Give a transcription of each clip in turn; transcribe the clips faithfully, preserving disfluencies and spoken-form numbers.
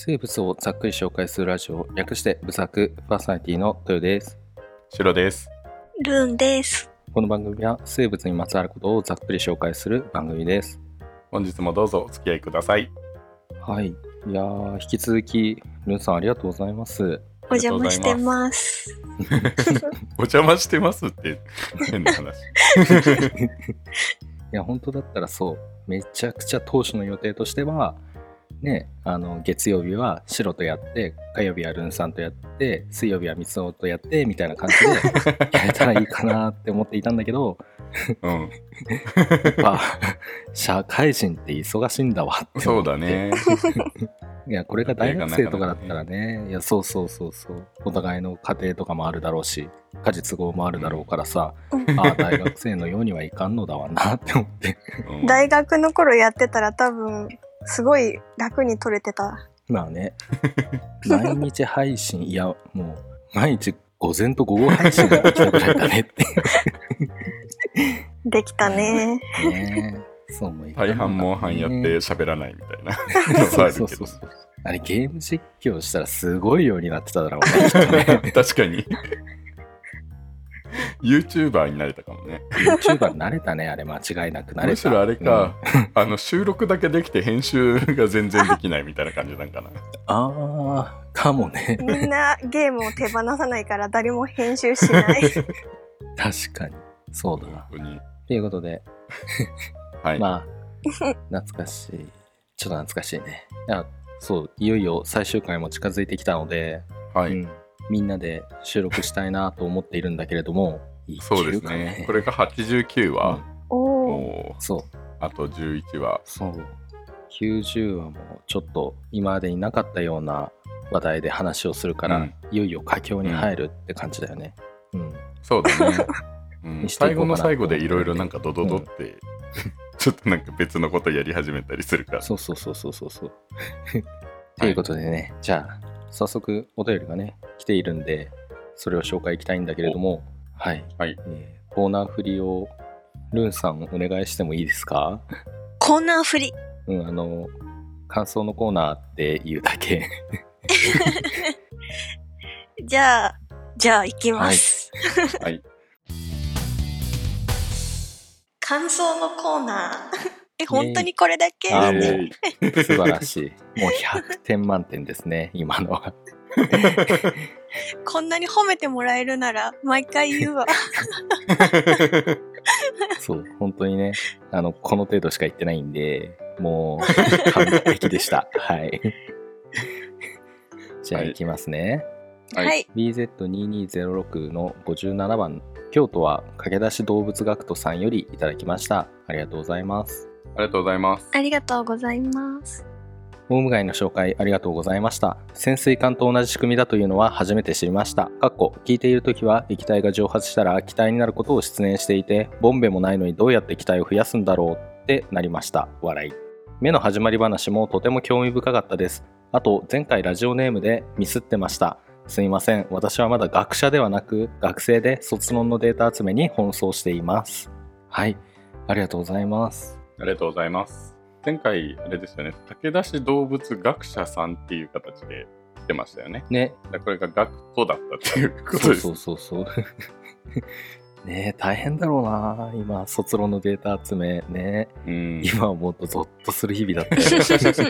生物をざっくり紹介するラジオ、略してブサク、パーソナリティのトヨです。 シロです。 ルーンです。 この番組は生物にまつわることをざっくり紹介する番組です。 本日もどうぞお付き合いください。 はい。いやー、引き続きルーンさんありがとうございます。 お邪魔してます。 お邪魔してますって変な話。 いや本当だったらそうめちゃくちゃ当初の予定としてはね、あの月曜日はシロとやって火曜日はルンさんとやって水曜日はミツオとやってみたいな感じでやれたらいいかなって思っていたんだけど、 うん、 やっぱ社会人って忙しいんだわって思って。 そうだね。 いやこれが大学生とかだったらね、いやそうそうそうそうお互いの家庭とかもあるだろうし家事都合もあるだろうからさ、うん、ああ大学生のようにはいかんのだわなって思って、 うん、大学の頃やってたら多分すごい楽に撮れてた。 まあね毎日配信いやもう毎日午前と午後配信ができたぐらいだねってできたね。 ねそうもいかんのだね。 大半も半やって喋らないみたいなそうそうそうそう。あれゲーム実況したらすごいようになってただろうねきっとね。 確かにYouTuber になれたかもね。 YouTuber になれたねあれ間違いなくなれた。 むしろあれか、うん、あの収録だけできて編集が全然できないみたいな感じなんかな。 あーかもね。 みんなゲームを手放さないから誰も編集しない確かにそうだな。ということではい、 まあ懐かしいちょっと懐かしいね。いやそういよいよ最終回も近づいてきたので、 はい、 うん、みんなで収録したいなと思っているんだけれども、いけるかね。 そうですね。これがはちじゅうきゅうわ、 うん、 おそうあとじゅういちわ、 そうきゅうじゅうわもちょっと今までになかったような話題で話をするから、うん、いよいよ佳境に入るって感じだよね。うん、うん、 そうだね。うん、最後の最後でいろいろなんかドドドって、うん、ちょっとなんか別のことやり始めたりするから。 そうそうそうそうそうそうということでね、はい、じゃあ早速お便りがね来ているんでそれを紹介いきたいんだけれども、はい、 はいえー、コーナー振りをルンさんお願いしてもいいですか？ コーナー振り、 うん、あの感想のコーナーって言うだけじゃあじゃあ行きます。 はい、はい、 感想のコーナーえ本当にこれだけ？ あもう素晴らしい。もうひゃくてん満点ですね今のは。 こんなに褒めてもらえるなら毎回言うわ。 そう本当にねあのこの程度しか言ってないんでもう完璧でした。はいじゃあ、はい、いきますね。 はい、 ビーゼットににゼロろく のごじゅうななばん京都は駆け出し動物学徒さんよりいただきました。ありがとうございます。 ありがとうございます。 ありがとうございます。 オウムガイの紹介ありがとうございました。潜水艦と同じ仕組みだというのは初めて知りました。かっこ聞いているときは液体が蒸発したら気体になることを失念していてボンベもないのにどうやって気体を増やすんだろうってなりました。笑い。目の始まり話もとても興味深かったです。あと前回ラジオネームでミスってました。すいません。私はまだ学者ではなく学生で卒論のデータ集めに奔走しています。はい、ありがとうございます。 ありがとうございます。前回あれですよね、駆け出し動物学者さんっていう形で来てましたよね。 ね。 だこれが学徒だったっていうことです。 そうそうそうそうねえ大変だろうな今卒論のデータ集めね。うん、今思うとゾッとする日々だったよ。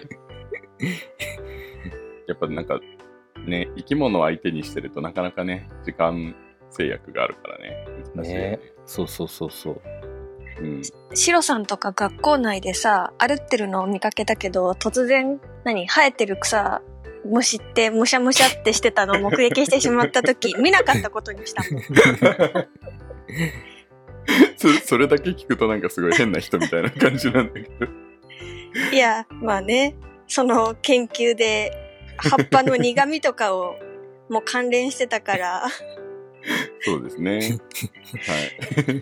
やっぱなんかね生き物を相手にしてるとなかなかね時間制約があるからね難しいよね。ねそうそうそうそう。 うん、シロさんとか学校内でさ歩ってるのを見かけたけど突然何生えてる草むしってむしゃむしゃってしてたのを目撃してしまった時見なかったことにしたもん。 そ, それだけ聞くとなんかすごい変な人みたいな感じなんだけど。 いやまあねその研究で葉っぱの苦味とかをもう関連してたから。 そうですね。はい。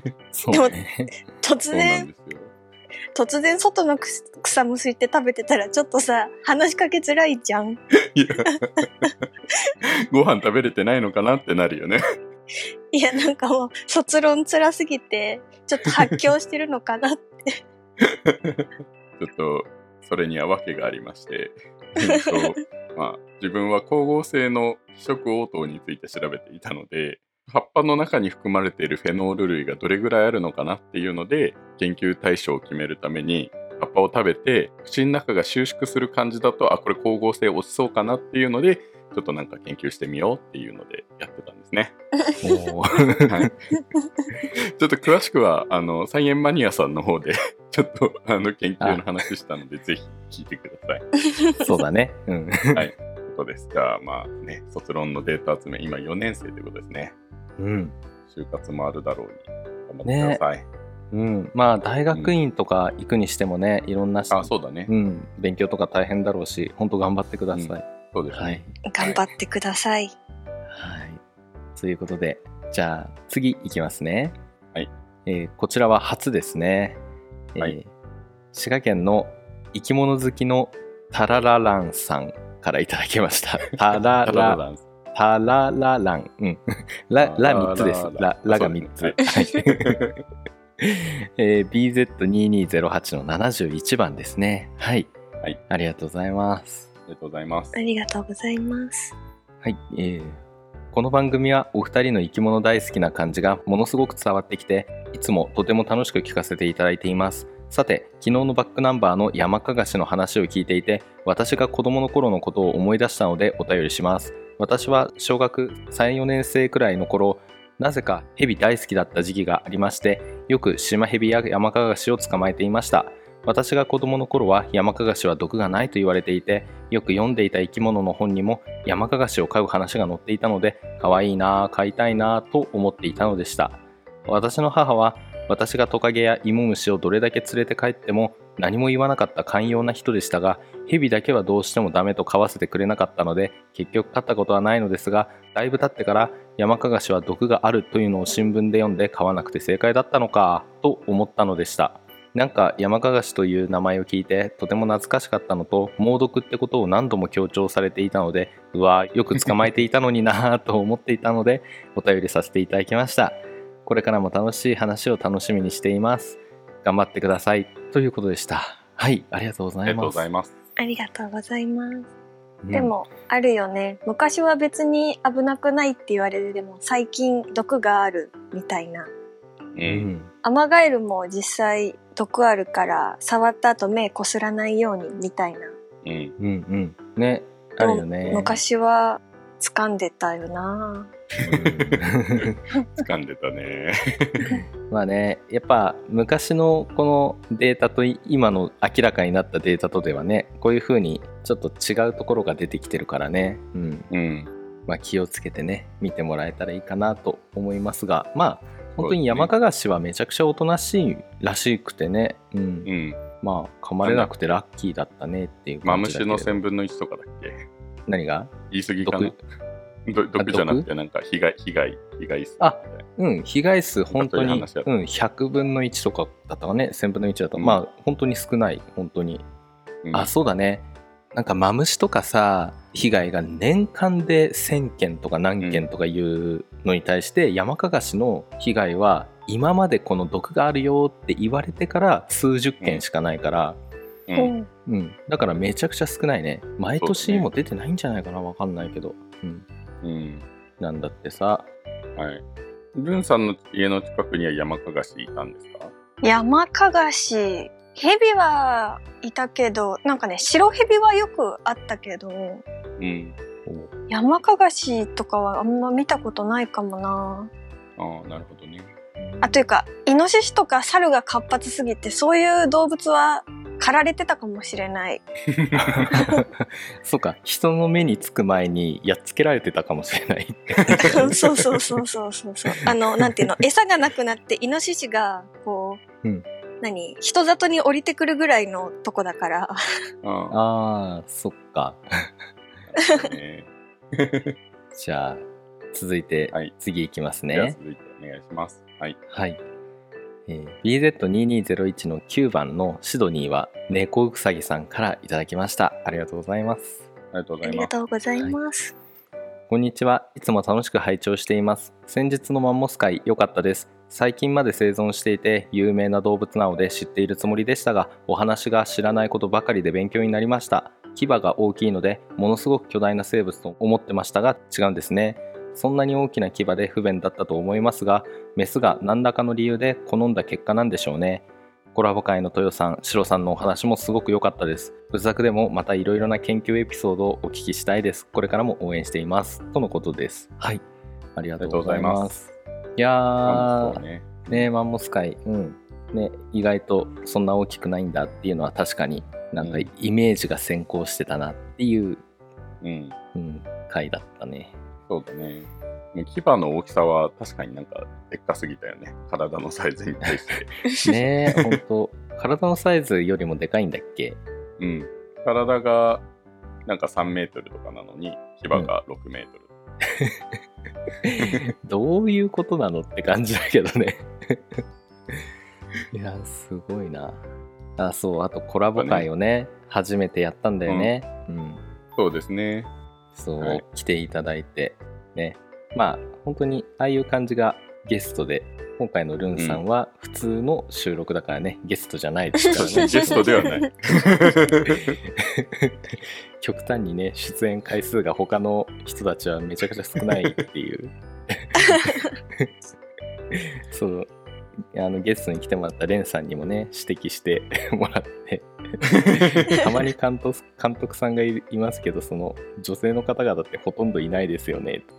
そうね。 突然突然外の草むしって食べてたらちょっとさ話しかけづらいじゃん。いやご飯食べれてないのかなってなるよね。 いやなんかもう卒論辛すぎてちょっと発狂してるのかなって。 ちょっとそれには訳がありまして、えっとまあ、自分は光合成の非食応答について調べていたので、葉っぱの中に含まれているフェノール類がどれぐらいあるのかなっていうので、研究対象を決めるために葉っぱを食べて口の中が収縮する感じだと、あ、これ光合成落ちそうかなっていうので、ちょっとなんか研究してみようっていうのでやってたんですね。 おーはい、ちょっと詳しくはあのサイエンマニアさんの方でちょっとあの研究の話したので、ぜひ聞いてください。 そうだね。うん。 はい、ということです。じゃあまあね、卒論のデータ集め、今よねん生ということですね。 うん。 就活もあるだろうに頑張ってください。ね、 うん、まあ大学院とか行くにしてもね、うん、いろんなあ、そうだね、 うん、勉強とか大変だろうし、本当頑張ってください。うん、 そうですね、はい。 頑張ってください。 はい。ということで、じゃあ次いきますね。 はい。 えー、こちらは初ですね。はい、えー、滋賀県の生き物好きのタララランさんからいただきました。タラララン。タラララン。うん。ラ、ラみっつです。ラ、ラがみっつ。はい。えー、ビーゼットにーにーゼロはち のななじゅういちばんですね。はい。はい。ありがとうございます。 ありがとうございます。 ありがとうございます。 はい。えー、この番組はお二人の生き物大好きな感じがものすごく伝わってきて、いつもとても楽しく聞かせていただいています。さて、昨日のバックナンバーの山かがしの話を聞いていて、私が子供の頃のことを思い出したのでお便りします。私は小学さん、よねん生くらいの頃、なぜかヘビ大好きだった時期がありまして、よくシマヘビやヤマカガシを捕まえていました。私が子供の頃はヤマカガシは毒がないと言われていて、よく読んでいた生き物の本にもヤマカガシを飼う話が載っていたので、可愛いなぁ、飼いたいなぁと思っていたのでした。私の母は、私がトカゲやイモムシをどれだけ連れて帰っても何も言わなかった寛容な人でしたが、ヘビだけはどうしてもダメと飼わせてくれなかったので、結局飼ったことはないのですが、だいぶ経ってからヤマカガシは毒があるというのを新聞で読んで飼わなくて正解だったのかと思ったのでした。なんかヤマカガシという名前を聞いてとても懐かしかったのと、猛毒ってことを何度も強調されていたので、うわよく捕まえていたのになぁと思っていたのでお便りさせていただきました。これからも楽しい話を楽しみにしています。頑張ってくださいということでした。はい、ありがとうございます。 ありがとうございます。 ありがとうございます。うん、でもあるよね。昔は別に危なくないって言われてでも最近毒があるみたいな。 うん。 アマガエルも実際毒あるから触った後目こすらないようにみたいな。 うんうんうんね、あるよね。 昔は掴んでたよな。 掴んでたね。 まあね、やっぱ昔のこのデータと今の明らかになったデータとではね、こういう風にちょっと違うところが出てきてるからね、うんうん、 まあ、気をつけてね見てもらえたらいいかなと思いますが、まあ本当にヤマカガシはめちゃくちゃおとなしいらしくてね、うん、うん、まあ噛まれなくてラッキーだったねっていう感じだけど。 マムシのせんぶんのいちとかだっけ？ 何が？ 言い過ぎかな。ど毒じゃなくてなんか被害被害被害数。 あ、うん被害数本当にうんひゃくぶんのいちとかだったかね、せんぶんのいちだと、うん、まあ本当に少ない本当に、うん、あそうだね。なんかマムシとかさ被害が年間でせんけんとか何件とかいうのに対して、うん、ヤマカガシの被害は今までこの毒があるよって言われてから数十件しかないから、 うんうん、だからめちゃくちゃ少ないね。毎年も出てないんじゃないかな、わかんないけど、うんうん、 なんだってさ。 はい。ルンさんの家の近くにはヤマカガシいたんですか？ ヤマカガシ、ヘビはいたけど、なんかね、白ヘビはよくあったけど、 うん、 ヤマカガシとかはあんま見たことないかもな。 ああ、なるほどね。 あ、というか、イノシシとか猿が活発すぎて、そういう動物は狩られてたかもしれない。 そうか、人の目につく前にやっつけられてたかもしれない。 そうそうそうそうそうそう。あの、なんていうの、餌がなくなってイノシシが、こう、うん、何人里に降りてくるぐらいのとこだから。 ああ、そっか。じゃあ、続いて、はい、次いきますね。 じゃあ続いてお願いします。はい。 はい。えー、ビーゼットにーにーゼロいち のきゅうばんのシドニーは猫うさぎさんからいただきました。ありがとうございます。 ありがとうございます。 ありがとうございます。 はい、こんにちは。いつも楽しく拝聴しています。先日のマンモス会良かったです。最近まで生存していて有名な動物なので知っているつもりでしたが、お話が知らないことばかりで勉強になりました。 牙が大きいのでものすごく巨大な生物と思ってましたが違うんですね。そんなに大きな牙で不便だったと思いますが、メスが何らかの理由で好んだ結果なんでしょうね。コラボ会の豊さん、シロさんのお話もすごく良かったです。うざくでもまたいろいろな研究エピソードをお聞きしたいです。これからも応援しています。とのことです。はい。ありがとうございます。いやー、ね、ね、マンモス界、うん。ね、意外とそんな大きくないんだっていうのは確かになんかイメージが先行してたなっていう、うんうん、回だったね。 そうだね。牙の大きさは確かになんかでっかすぎたよね。体のサイズに対して。ねえ、ほんと。体のサイズよりもでかいんだっけ？ うん。体がなんかさんメートルとかなのに、牙がろくメートル。うん、どういうことなのって感じだけどね。いや、すごいな。あ、そう、あとコラボ会をね、初めてやったんだよね。うん。うん、 そうですね。 そう、はい、来ていただいて。ね。まあ、本当に、ああいう感じがゲストで、今回のルンさんは普通の収録だからね、うん、ゲストじゃないですからね。 ゲストではない。 極端にね、出演回数が他の人たちはめちゃくちゃ少ないっていう。そう。あのゲストに来てもらったレンさんにもね指摘してもらってたまに監督、監督さんが い, いますけどその女性の方々ってほとんどいないですよね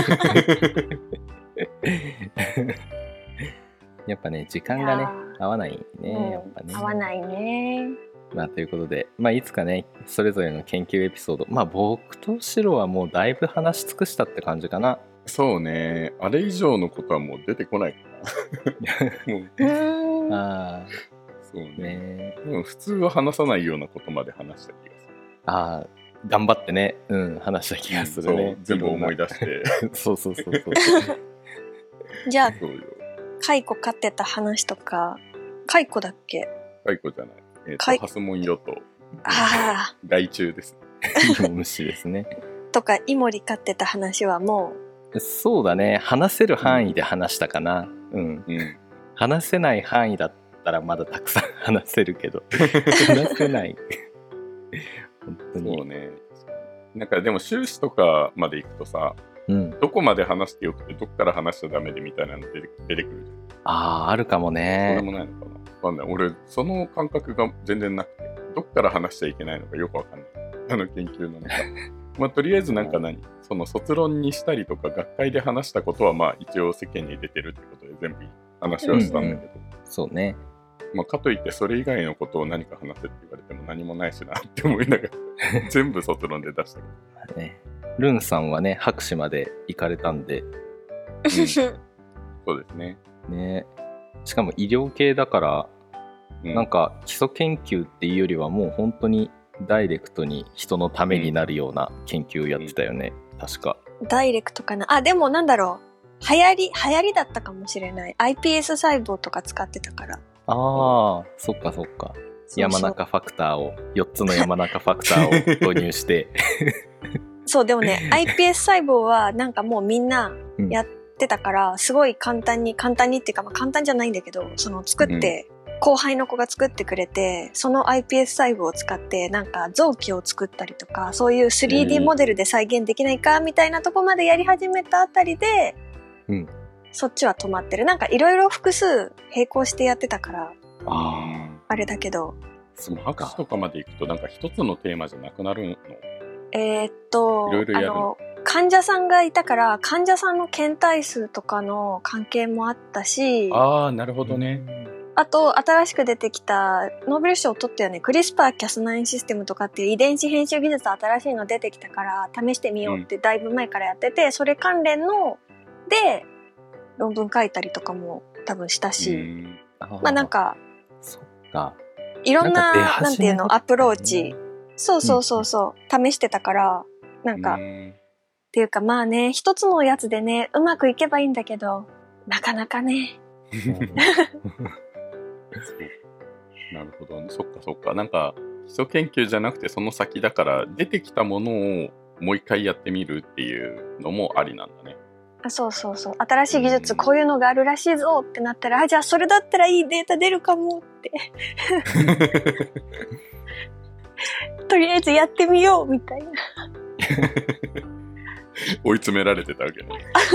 やっぱね時間がね合わないね、うん、やっぱね合わないね。 まあということで、まあ、いつかねそれぞれの研究エピソード、まあ僕とシロはもうだいぶ話し尽くしたって感じかな。 そうね、あれ以上のことはもう出てこないかな。もうあそうね。ねでも普通は話さないようなことまで話した気がする。 ああ、頑張ってね、うん、話した気がするね。 そう全部思い出して。 そうそうそうそう。 じゃあ、カイコ飼ってた話とか、カイコだっけ？ カイコじゃない。えっと、ハスモンヨと、 ああ、 害虫ですね。虫ですね。 とか、イモリ飼ってた話はもう、そうだね。話せる範囲で話したかな。うん。うん、話せない範囲だったらまだたくさん話せるけど。話せない。本当に。 そうね。なんかでも修士とかまで行くとさ、うん、どこまで話してよくてどっから話しちゃダメでみたいなの出て、出てくるじゃん。ああ、あるかもね。 それもないのかな。わかんない。俺、その感覚が全然なくて、どっから話しちゃいけないのかよくわかんない。あの研究の中。まあ、とりあえずなんか何その卒論にしたりとか学会で話したことはまあ一応世間に出てるってことで全部話はしたんだけど、うんうん、 そうね、 まあ、かといってそれ以外のことを何か話せって言われても何もないしなって思いながら全部卒論で出したけど、 ね、ルンさんはね博士まで行かれたんで、 うん、そうですね。 ね、しかも医療系だから、うん、なんか基礎研究っていうよりはもう本当にダイレクトに人のためになるような研究をやってたよね、うん、確か。 ダイレクトかなあ、でもなんだろう。流行り、流行りだったかもしれない。iPS 細胞とか使ってたから。 ああ、そっかそっか。そうそう、山中ファクターを、よっつの山中ファクターを導入して。 そう、でもね、iPS 細胞はなんかもうみんなやってたから、うん、すごい簡単に、簡単にっていうか、まあ簡単じゃないんだけど、その作って、うん後輩の子が作ってくれて、その iPS 細胞を使ってなんか臓器を作ったりとか、そういう スリーディー モデルで再現できないかみたいなとこまでやり始めたあたりで、うん、そっちは止まってる。なんかいろいろ複数並行してやってたから、あ, あれだけど。 その博士とかまで行くとなんか一つのテーマじゃなくなるの？ えー、っと、 いろいろやるの？ あの患者さんがいたから患者さんの検体数とかの関係もあったし、 ああ、なるほどね。 あと、新しく出てきた、ノーベル賞を取ったよね、クリスパーキャスナインシステムとかっていう遺伝子編集技術新しいの出てきたから、試してみようってだいぶ前からやってて、うん、それ関連の、で、論文書いたりとかも多分したし、うん、まあなんか、 そっか。 いろんな、な, なんていうの、アプローチ、そうそうそうそう、うん、試してたから、なんか、うん、っていうかまあね、一つのやつでね、うまくいけばいいんだけど、なかなかね。 なるほどね。そっかそっか。なんか基礎研究じゃなくてその先だから出てきたものをもう一回やってみるっていうのもありなんだね。 あ、そうそうそう。新しい技術こういうのがあるらしいぞってなったら、あ、じゃあそれだったらいいデータ出るかもって。 とりあえずやってみようみたいな。 追い詰められてたわけね。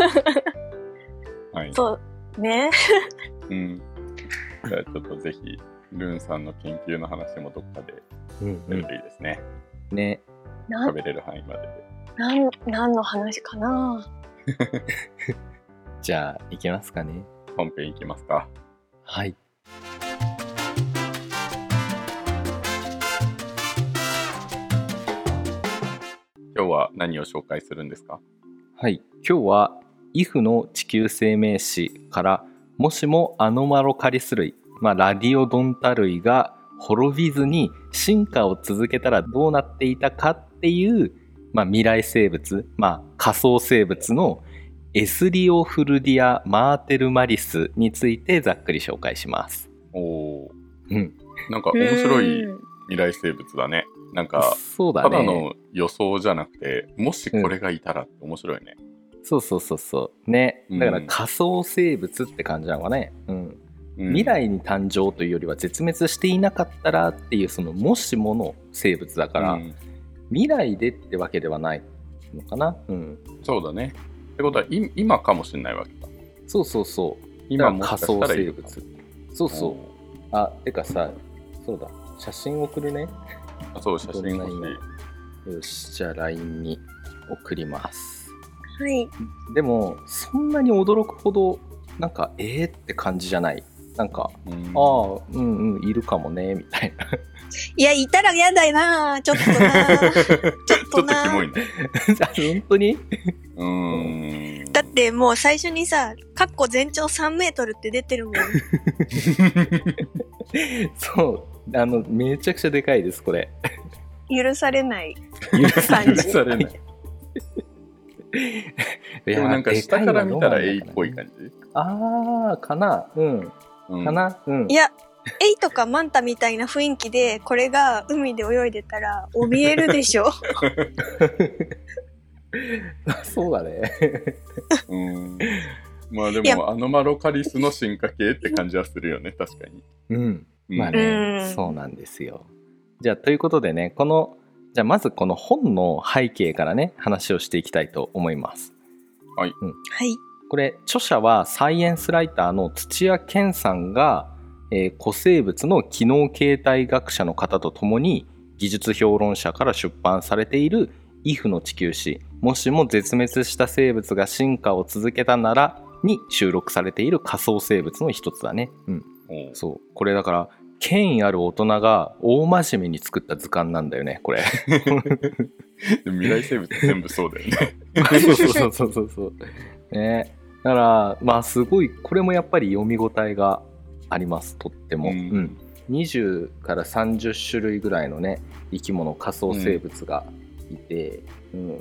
はい。 そうね。 うん。じゃあちょっとぜひルーンさんの研究の話もどっかでうんやるといいですね。 うん、ね。 食べれる範囲までで。 なん、何の話かな。 じゃあ行きますかね。 本編いきますか。 はい。 今日は何を紹介するんですか？ はい。今日はイフの地球生命史からもしもアノマロカリス類、まあ、ラディオドンタ類が滅びずに進化を続けたらどうなっていたかっていう、まあ、未来生物、まあ、仮想生物のエスリオフルディア・マーテルマリスについてざっくり紹介します。 おー、 うん、 なんか面白い未来生物だね。なんかそうだね、 ただの予想じゃなくて、もしこれがいたらって面白いね。 うん、そうそうそうそうね。だから仮想生物って感じなのかね。うん。うん、未来に誕生というよりは絶滅していなかったらっていうそのもしもの生物だから、うん、未来でってわけではないのかな。うん。 そうだね。ってことは今かもしれないわけだ。 そうそうそう。 今も仮想生物。 そうそう。あ、てかさ、そうだ。写真送るね。 あ、そう、写真欲しい。よし、じゃあ ライン に送ります。 はい。 でもそんなに驚くほどなんかえーって感じじゃない。なんか、うん、ああ、うんうん、いるかもねみたいな。 いや、いたら嫌だな、ちょっとな。ちょっとな。 ちょっとキモいね。 本当に？ うーん。 だってもう最初にさ、カッコ全長さんメートルって出てるもん。 そう、あのめちゃくちゃでかいですこれ。 許されない感じ。許されない。でもなんか下から見たらエイっぽい感じ。 あーかな、うん、うん、かな、うん。 いや、エイとかマンタみたいな雰囲気でこれが海で泳いでたら怯えるでしょ。 そうだね。 うん。まあでもアノマロカリスの進化系って感じはするよね、確かに。 うん。まあね、うん、そうなんですよ。じゃあということでね、このじゃあまずこの本の背景からね話をしていきたいと思います。 はい。 うん、はい。 これ著者はサイエンスライターの土屋健さんが、えー、古生物の機能形態学者の方とともに技術評論者から出版されているイフの地球史、もしも絶滅した生物が進化を続けたならに収録されている仮想生物の一つだね。うん。そう。これだから権威ある大人が大真面目に作った図鑑なんだよねこれ。 未来生物全部そうだよね。 そうそうそうそうそうね。だからまあすごいこれもやっぱり読み応えがあります、とっても。うん、うん、にじゅうからさんじゅっしゅるいぐらいのね生き物仮想生物がいて、うん、うん、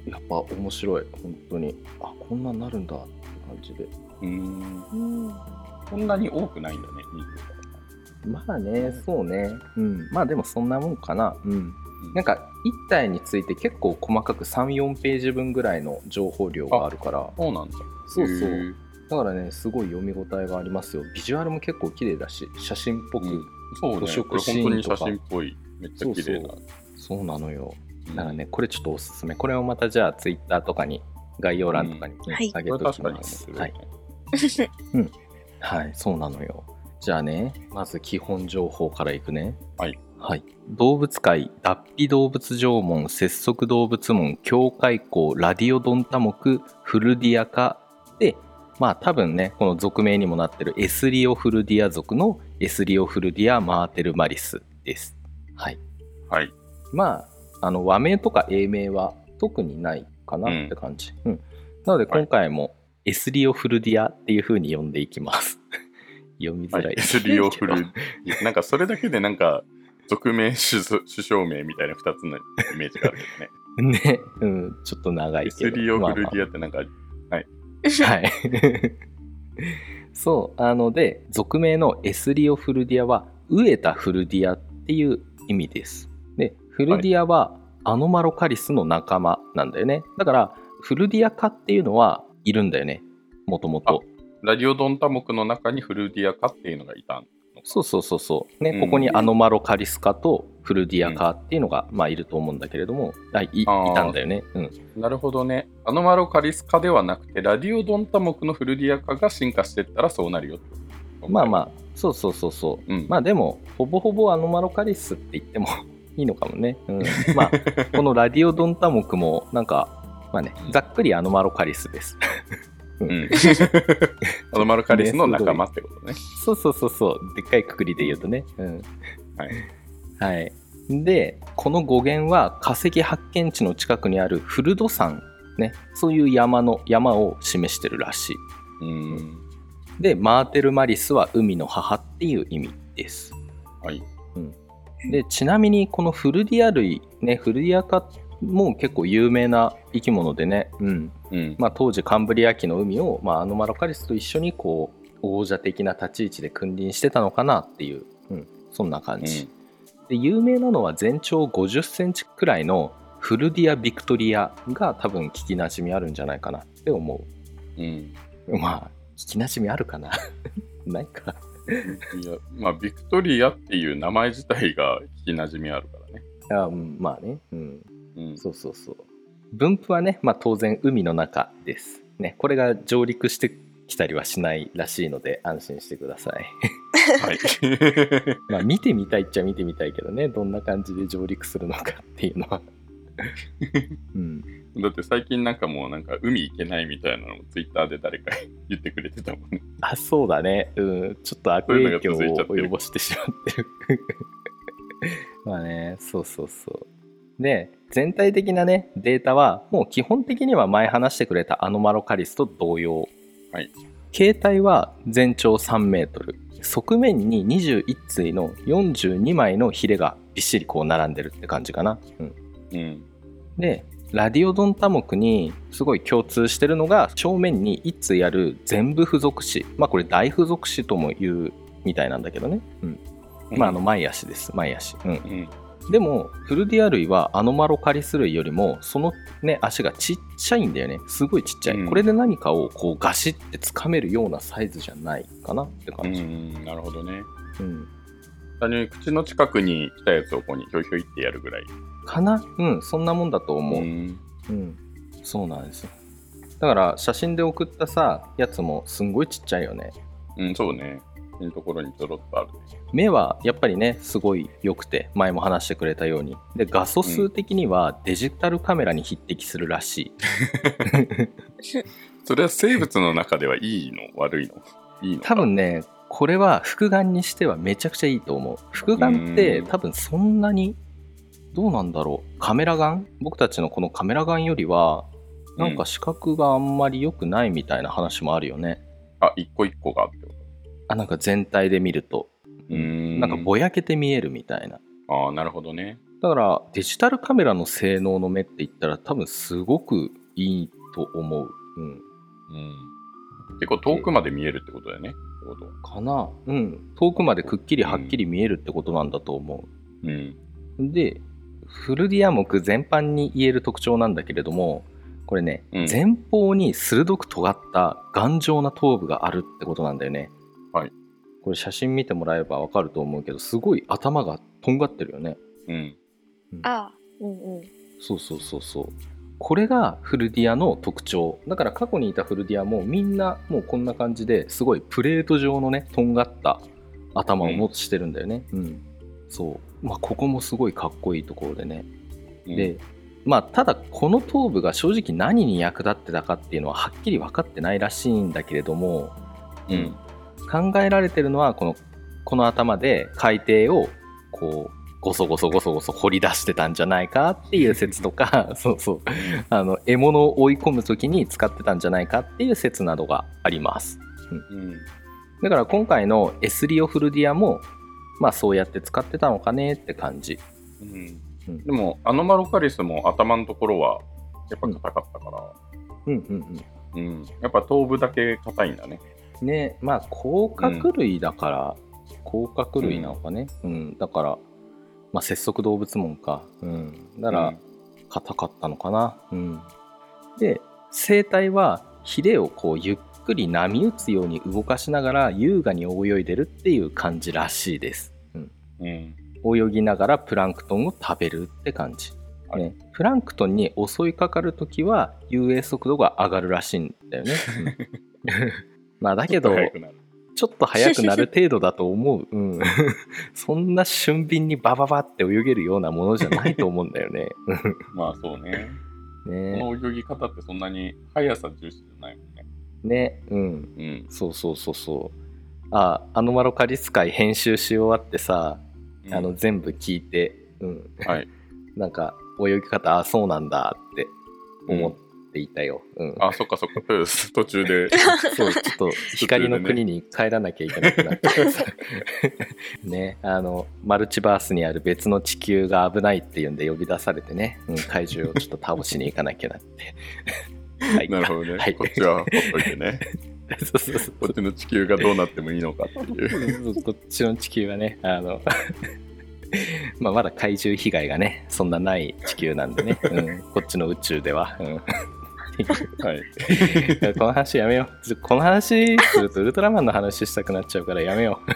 やっぱ面白い本当に。あ、こんなんなるんだって感じで。 うーん、こんなに多くないんだね。 まあね、そうね、うん、まあでもそんなもんかな。うん、なんかいち体について結構細かくさん、よんページ分ぐらいの情報量があるから。 そうなんだ。 そうそう。だからね、すごい読み応えがありますよ。ビジュアルも結構綺麗だし、写真っぽく、うん、 そうね、これ本当に写真っぽい、めっちゃ綺麗な。 そうそう、そうなのよ。だからね、これちょっとおすすめ。これをまたじゃあツイッターとかに概要欄とかにあげておきます。はい。うん。はい、そうなのよ。じゃあね、まず基本情報からいくね。 はい。 はい、動物界脱皮動物縄文節足動物門境界項ラディオドンタ目フルディア科で、まあ多分ねこの属名にもなってるエスリオフルディア属のエスリオフルディアマーテルマリスです。はい。 はい。 まああの和名とか英名は特にないかなって感じ。うん。うん、なので今回もエスリオフルディアっていう風に呼んでいきます。読みづらい、はい、 エスリオフルなんかそれだけでなんか属名首相名みたいなふたつのイメージがあるけどね。 ね、うん、ちょっと長いけど。 エスリオフルディアってなんか、まあまあ、はい。はい。そう、あので、属名のエスリオフルディアは、飢えたフルディアっていう意味です。で、フルディアはアノマロカリスの仲間なんだよね。だから、フルディア科っていうのはいるんだよね、もともと。 ラディオドンタ目の中にフルディア科っていうのがいたのかそうそうそうそうね、 うんここにアノマロカリス科とフルディア科っていうのが、まあいると思うんだけれども、あいいいあーたんだよね。うんなるほどね。アノマロカリス科ではなくて、ラディオドンタ目のフルディア科が進化していったらそうなるよ。 まあまあそうそうそうそう、 うんまあでもほぼほぼアノマロカリスって言ってもいいのかもね、うん、まあこのラディオドンタ目もなんかまあねざっくりアノマロカリスですうん、アノマロカリスの仲間ってことね。 そうそうそうそうでっかいくくりで言うとね、うんはい。 はい、でこの語源は化石発見地の近くにあるフルド山ね、そういう山の山を示してるらしい。 うん。 でマーテルマリスは海の母っていう意味です。 はい。 でちなみにこのフルディア類ね、フルディア科も結構有名な生き物でね、うんうん。 まあ、当時カンブリア紀の海を、まあ、アノマロカリスと一緒にこう王者的な立ち位置で君臨してたのかなっていう、うん、そんな感じ、で有名なのは全長ごじゅっセンチくらいのフルディア・ビクトリアが多分聞きなじみあるんじゃないかなって思うん。うん。 う。まあ聞きなじみあるかなないか。 いや、まあ、ビクトリアっていう名前自体が聞きなじみあるからね。 あ、うん、まあね、うん、 うん。 そうそうそう。分布はね、まあ、当然海の中ですね。これが上陸してきたりはしないらしいので安心してくださいはい。 まあ見てみたいっちゃ見てみたいけどね、どんな感じで上陸するのかっていうのはうん、 だって最近なんかもうなんか海行けないみたいなのもツイッターで誰か言ってくれてたもんね。 あ、そうだね、うん、ちょっと悪影響を及ぼしてしまってるまあね、そうそうそう。で全体的なねデータはもう基本的には前話してくれたアノマロカリスと同様、 はい、 形態は全長さんメートル、側面ににじゅういち対のよんじゅうにまいのヒレがびっしりこう並んでるって感じかな、うんうん、 でラディオドンタ目にすごい共通してるのが正面にいち対ある全部付属詞、まあこれ大付属詞とも言うみたいなんだけどね、うんまああの前足です前足、うんうんでもフルディア類はアノマロカリス類よりもそのね足がちっちゃいんだよね、すごいちっちゃい、うん、これで何かをこうガシって掴めるようなサイズじゃないかなって感じ。 うん、なるほどね。 うん。 単純に口の近くに来たやつをここにひょいひょいってやるぐらいかな。うんそんなもんだと思う。うん、うん、そうなんですよ。だから写真で送ったさやつもすんごいちっちゃいよね。 うんそうね。のところにちょろっとある、ね、 目はやっぱりねすごい良くて前も話してくれたようにで画素数的にはデジタルカメラに匹敵するらしい、 うん、それは生物の中ではいいの悪いのいいのか。 多分ねこれは複眼にしてはめちゃくちゃいいと思う。複眼って多分そんなにどうなんだろう、カメラ眼僕たちのこのカメラ眼よりはなんか視覚があんまり良くないみたいな話もあるよね、 うん、あ一個一個がってこと。 あなんか全体で見るとうーんなんかぼやけて見えるみたいな。 ああなるほどね。 だからデジタルカメラの性能の目って言ったら多分すごくいいと思う、うんうん、結構遠くまで見えるってことだよね。ってことかな。うん遠くまでくっきりはっきり見えるってことなんだと思う、うんうん、でフルディア目全般に言える特徴なんだけれどもこれね、うん、前方に鋭く尖った頑丈な頭部があるってことなんだよね。 はい、 これ写真見てもらえば分かると思うけどすごい頭がとんがってるよね。 うん、 うん、ああうんうんそうそうそうそう。これがフルディアの特徴だから過去にいたフルディアもみんなもうこんな感じですごいプレート状のねとんがった頭を持してるんだよね、うん、うん、そうまあここもすごいかっこいいところでね、うん、でまあただこの頭部が正直何に役立ってたかっていうのははっきり分かってないらしいんだけれども、 うん考えられてるのはこのこの頭で海底をこうゴソゴソゴソゴソ掘り出してたんじゃないかっていう説とかそうそうあの獲物を追い込む時に使ってたんじゃないかっていう説などがあります、うんうん、だから今回のエスリオフルディアもまあそうやって使ってたのかねって感じ、 うんうん、でもアノマロカリスも頭のところはやっぱ硬かったから、 うんうんうん、 うん、やっぱ頭部だけ硬いんだね。 ね、まあ甲殻類だから、うん、甲殻類なのかね、うん、うん、だからまあ節足動物門か、うん、だから硬かったのかな、うん、で生体はヒレをこうゆっくり波打つように動かしながら優雅に泳いでるっていう感じらしいです、うんうん、 泳ぎながらプランクトンを食べるって感じ、 はいね、プランクトンに襲いかかるときは遊泳速度が上がるらしいんだよね、うん、まあだけどちょっと速くなる程度だと思う、うん、そんな俊敏にバババって泳げるようなものじゃないと思うんだよねまあそうねね、 この泳ぎ方ってそんなに速さ重視じゃないもんね。 ね、うん、うん、そうそうそうそう。あ、アノマロカリス会編集し終わってさ、うん、あの全部聞いて、うん、 はい。 なんか泳ぎ方、あ、そうなんだって思っていたよ。うん。うん、 あ、そっかそっか。途中で。 そう、ちょっと光の国に帰らなきゃいけなくなってさ、ね、あのマルチバースにある別の地球が危ないっていうんで呼び出されてね、うん、怪獣をちょっと倒しに行かなきゃなって。 はい、なるほどね、はい、こっちはほっといてねそうそうそう、こっちの地球がどうなってもいいのかっていうこっちの地球はね、あのまあまだ怪獣被害がねそんなない地球なんでね、うん、こっちの宇宙では、うんはい、この話やめよう。この話するとウルトラマンの話したくなっちゃうからやめよう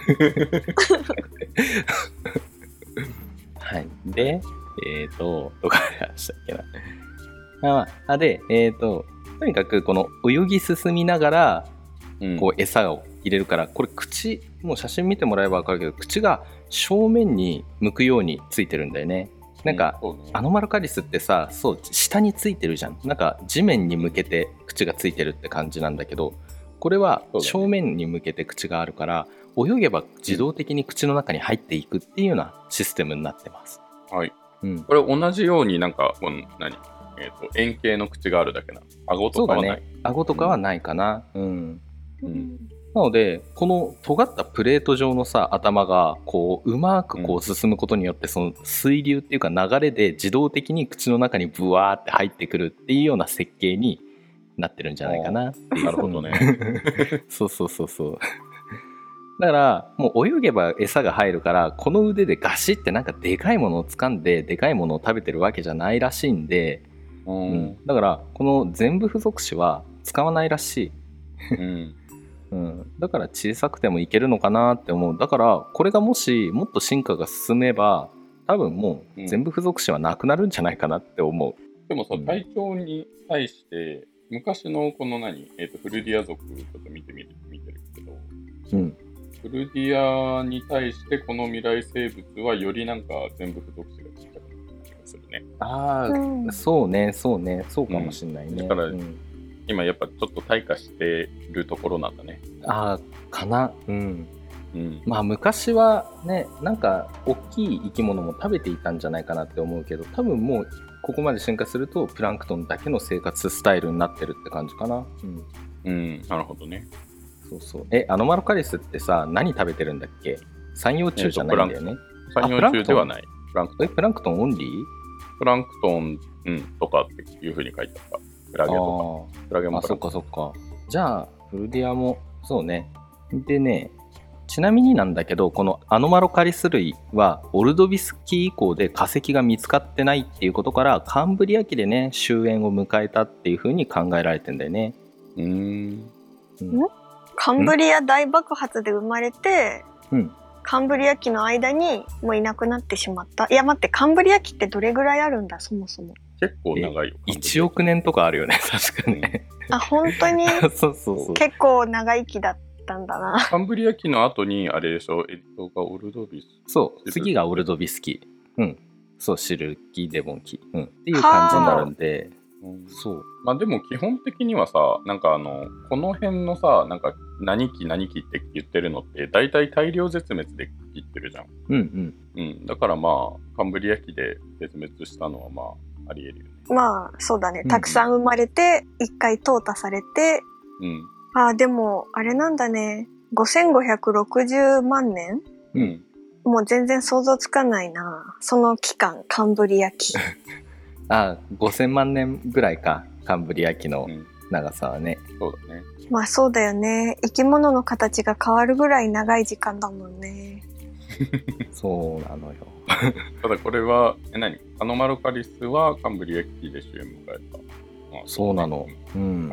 はい。でえっ、ー、とどこまで話したっけなああで、えーと、とにかくこの泳ぎ進みながら、うん、こう餌を入れるから、これ口、もう写真見てもらえば分かるけど、口が正面に向くようについてるんだよね。なんか、うんね、アノマロカリスってさ、そう、下についてるじゃん。なんか地面に向けて口がついてるって感じなんだけど、これは正面に向けて口があるから、泳げば自動的に口の中に入っていくっていうようなシステムになってます。 はい。うん、これ同じようになんか、この何えー、と円形の口があるだけな。顎とかはない。そうだね。 顎とかはないかな。うん。うん、なのでこの尖ったプレート状のさ頭がこううまくこう進むことによって、その水流っていうか流れで自動的に口の中にブワーって入ってくるっていうような設計になってるんじゃないかなっていう。 なるほどね。 そうそうそうそう。だからもう泳げば餌が入るから、この腕でガシってなんかでかいものを掴んででかいものを食べてるわけじゃないらしいんで、うん、だからこの全部付属詞は使わないらしい、うんうん、だから小さくてもいけるのかなって思う。だからこれがもしもっと進化が進めば多分もう全部付属詞はなくなるんじゃないかなって思う、 うん、でもさ、体調に対して昔のこの何、えーと、フルディア族ちょっと見てみる見てるけど、うん、フルディアに対してこの未来生物はよりなんか全部付属詞がちっちゃくするね。 ああ、うん、そうねそうねそうかもしれないね、 うん、だから、うん、今やっぱちょっと退化してるところなんだね。 ああかな、うん、うん、まあ昔はねなんか大きい生き物も食べていたんじゃないかなって思うけど、多分もうここまで進化するとプランクトンだけの生活スタイルになってるって感じかな。うん、 うん、なるほどね。 そうそう。えアノマロカリスってさ何食べてるんだっけ？三葉虫じゃないんだよね。 三葉虫ではない。 プランクトン。えプランクトンオンリー？ プランクトン、うん、とかっていう風に書いてあった。クラゲとか。クラゲもあ、そっかそっか。じゃあ、フルディアも、そうね。でね、ちなみになんだけど、このアノマロカリス類は、オルドビス紀以降で化石が見つかってないっていうことから、カンブリア紀でね、終焉を迎えたっていう風に考えられてんだよね。 うーん。 うん、カンブリア大爆発で生まれて、うん。カンブリア紀の間にもういなくなってしまった。いや待って、カンブリア紀ってどれぐらいあるんだそもそも。 結構長いよ。 いちおくねんとかあるよね確かにね。 あ本当にそうそうそう。 結構長生きだったんだな。 カンブリア紀の後にあれでしょ、えっとがオルドビス。 そう次がオルドビス紀。うんそうシルキデボン紀、うん、っていう感じになるんで。 うん、そうまあでも基本的にはさ、なんかあのこの辺のさ、なんか何期何期って言ってるのって大体大量絶滅で切ってるじゃん。 うんうん、 うん、だからまあカンブリア紀で絶滅したのはまあありえるよね。 まあそうだね、たくさん生まれて一回淘汰されて、うん、あでもあれなんだね、ごせんごひゃくろくじゅうまんねん、うん、もう全然想像つかないなその期間。カンブリア紀ああごせんまんねんぐらいか、カンブリア紀の長さはね、 うん、そうだね。 まあそうだよね、生き物の形が変わるぐらい長い時間だもんねそうなのよただこれはえ何アノマロカリスはカンブリア紀で終焉迎えた。 そうなの、うん、はい、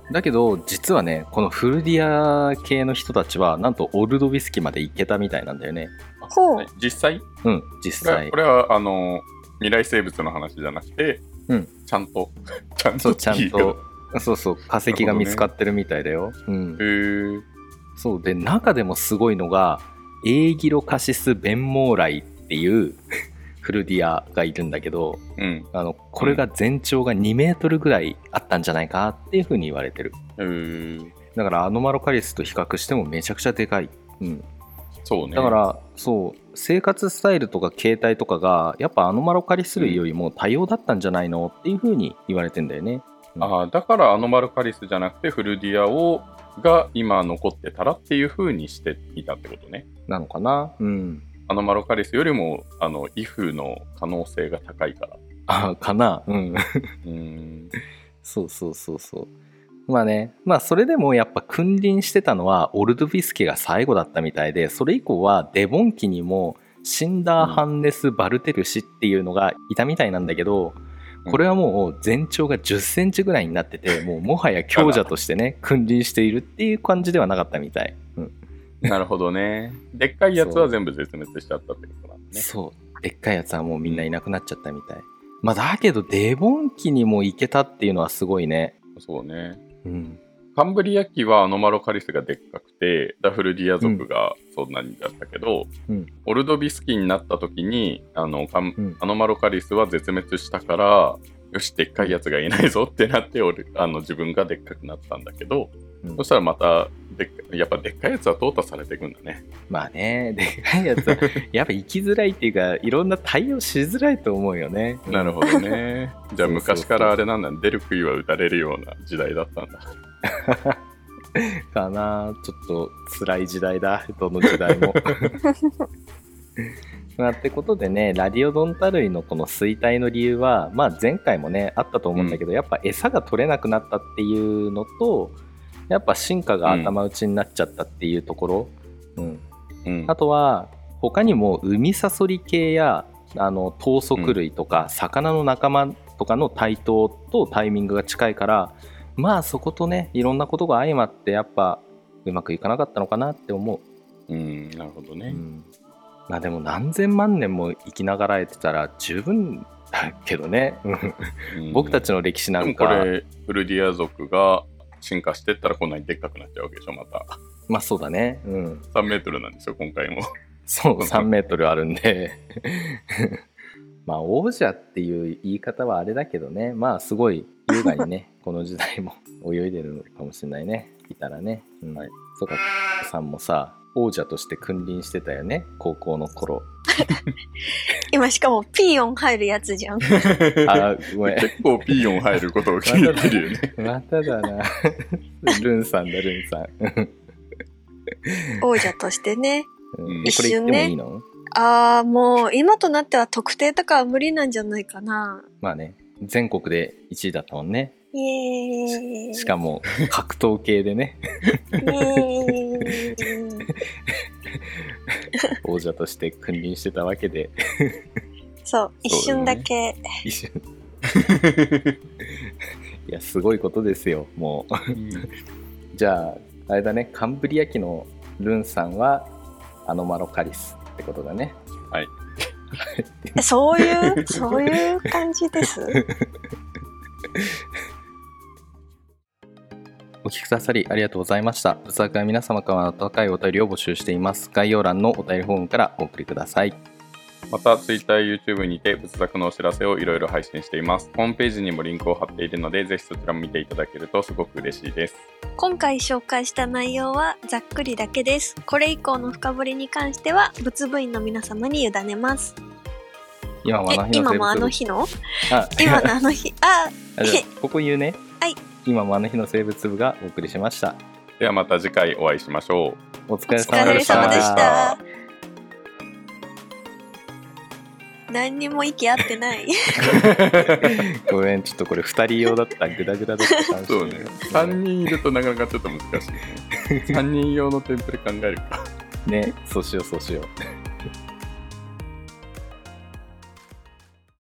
だけど実はね、このフルディア系の人たちはなんとオルドビスキまで行けたみたいなんだよね。 ほう。 実際うん実際これは、これはあの未来生物の話じゃなくて、 うん、 ちゃんとちゃんとそうちゃんとそうそう化石が見つかってるみたいだよ。うん、 へー。 そうで、中でもすごいのがエーギロカシスベンモーライっていうフルディアがいるんだけど、 うん、 あのこれが全長がにメートルぐらいあったんじゃないかっていう風に言われてる。 へー。 だからアノマロカリスと比較してもめちゃくちゃでかい。うん、 そうね。 だからそう生活スタイルとか形態とかがやっぱアノマロカリス類よりも多様だったんじゃないのっていう風に言われてんだよね。うん、 あだからアノマロカリスじゃなくてフルディアをが今残ってたらっていう風にしていたってことね。 なのかな。うん。 アノマロカリスよりもあのイフの可能性が高いから。 あかな。うん。 うーん。 そうそうそうそう。まあね、まあそれでもやっぱ君臨してたのはオルドビスケが最後だったみたいで、それ以降はデボン期にもシンダーハンネス・バルテルシっていうのがいたみたいなんだけど、これはもう全長がじゅっセンチぐらいになってて、もうもはや強者としてね君臨しているっていう感じではなかったみたい。うん、 なるほどね。でっかいやつは全部絶滅しちゃったってことなんだね。 そうでっかいやつはもうみんないなくなっちゃったみたい。まあだけどデボン期にも行けたっていうのはすごいね。 そうね。 うん、 カンブリア紀はアノマロカリスがでっかくてダフルディア族がそんなにだったけど、うん、オルドビス紀になった時にあのカン、うん、アノマロカリスは絶滅したからよしでっかいやつがいないぞってなって俺あの自分がでっかくなったんだけど、うん、そしたらまたでっやっぱでっかいやつは淘汰されていくんだね。 まあね、でっかいやつはやっぱ生きづらいっていうかいろんな対応しづらいと思うよね。 なるほどね。じゃあ昔からあれなんだ、出る杭は打たれるような時代だったんだかな。ちょっと辛い時代だ、どの時代もまあ、ってことでね、ラディオドンタ類のこの衰退の理由は、まあ、前回もねあったと思うんだけど、うん、やっぱ餌が取れなくなったっていうのとやっぱ進化が頭打ちになっちゃったっていうところ、うんうん、あとは他にもウミサソリ系やあの頭足類とか、うん、魚の仲間とかの台頭とタイミングが近いから、まあそことねいろんなことが相まってやっぱうまくいかなかったのかなって思う。うん、なるほどね。うん、 まあでも何千万年も生きながらえてたら十分だけどね僕たちの歴史なんか。 でもこれフルディア族が進化してったらこんなにでっかくなっちゃうわけでしょまた。 まあそうだね。うん。 さんメートルなんですよ今回も。 そうさんメートルあるんでまあ王者っていう言い方はあれだけどね、まあすごい優雅にねこの時代も泳いでるのかもしれないね、いたらね。うん、はい、そうかさんもさ王者として君臨してたよね高校の頃今しかもピーヨン入るやつじゃんあごめん結構ピーヨン入ることを気に入ってるよねまただなルンさんだルンさん王者としてね、 うん、一瞬ね。これ言ってもいいの？ ああもう今となっては特定とかは無理なんじゃないかな。 まあね全国でいちいだったもんね。 イエーイ。 しかも格闘系でねイエーイ王者として君臨してたわけでそう一瞬だけ、ね、 一瞬いやすごいことですよもうじゃああれだね、カンブリア紀のルンさんはアノマロカリスってことだね。 はいそういうそういう感じですお聞きくださりありがとうございました。仏作は皆様からの温かいお便りを募集しています。概要欄のお便りフォームからお送りください。 また Twitter、YouTube にて仏作のお知らせをいろいろ配信しています。ホームページにもリンクを貼っているのでぜひそちらも見ていただけるとすごく嬉しいです。 今回紹介した内容はざっくりだけです。これ以降の深掘りに関しては仏部員の皆様に委ねます。 今もあの日の今もあの日のあ今のあの日ああじゃあここ言うね。 はい、 今もあの日の生物部がお送りしました。 ではまた次回お会いしましょう。お疲れ様でした。 お疲れ様でした。何にも息合ってないごめんちょっとこれふたり用だったグダグダだったかもしれない。 そうねさんにんいるとなかなかちょっと難しいねさんにん用のテンプレ考えるかね。そうしようそうしよう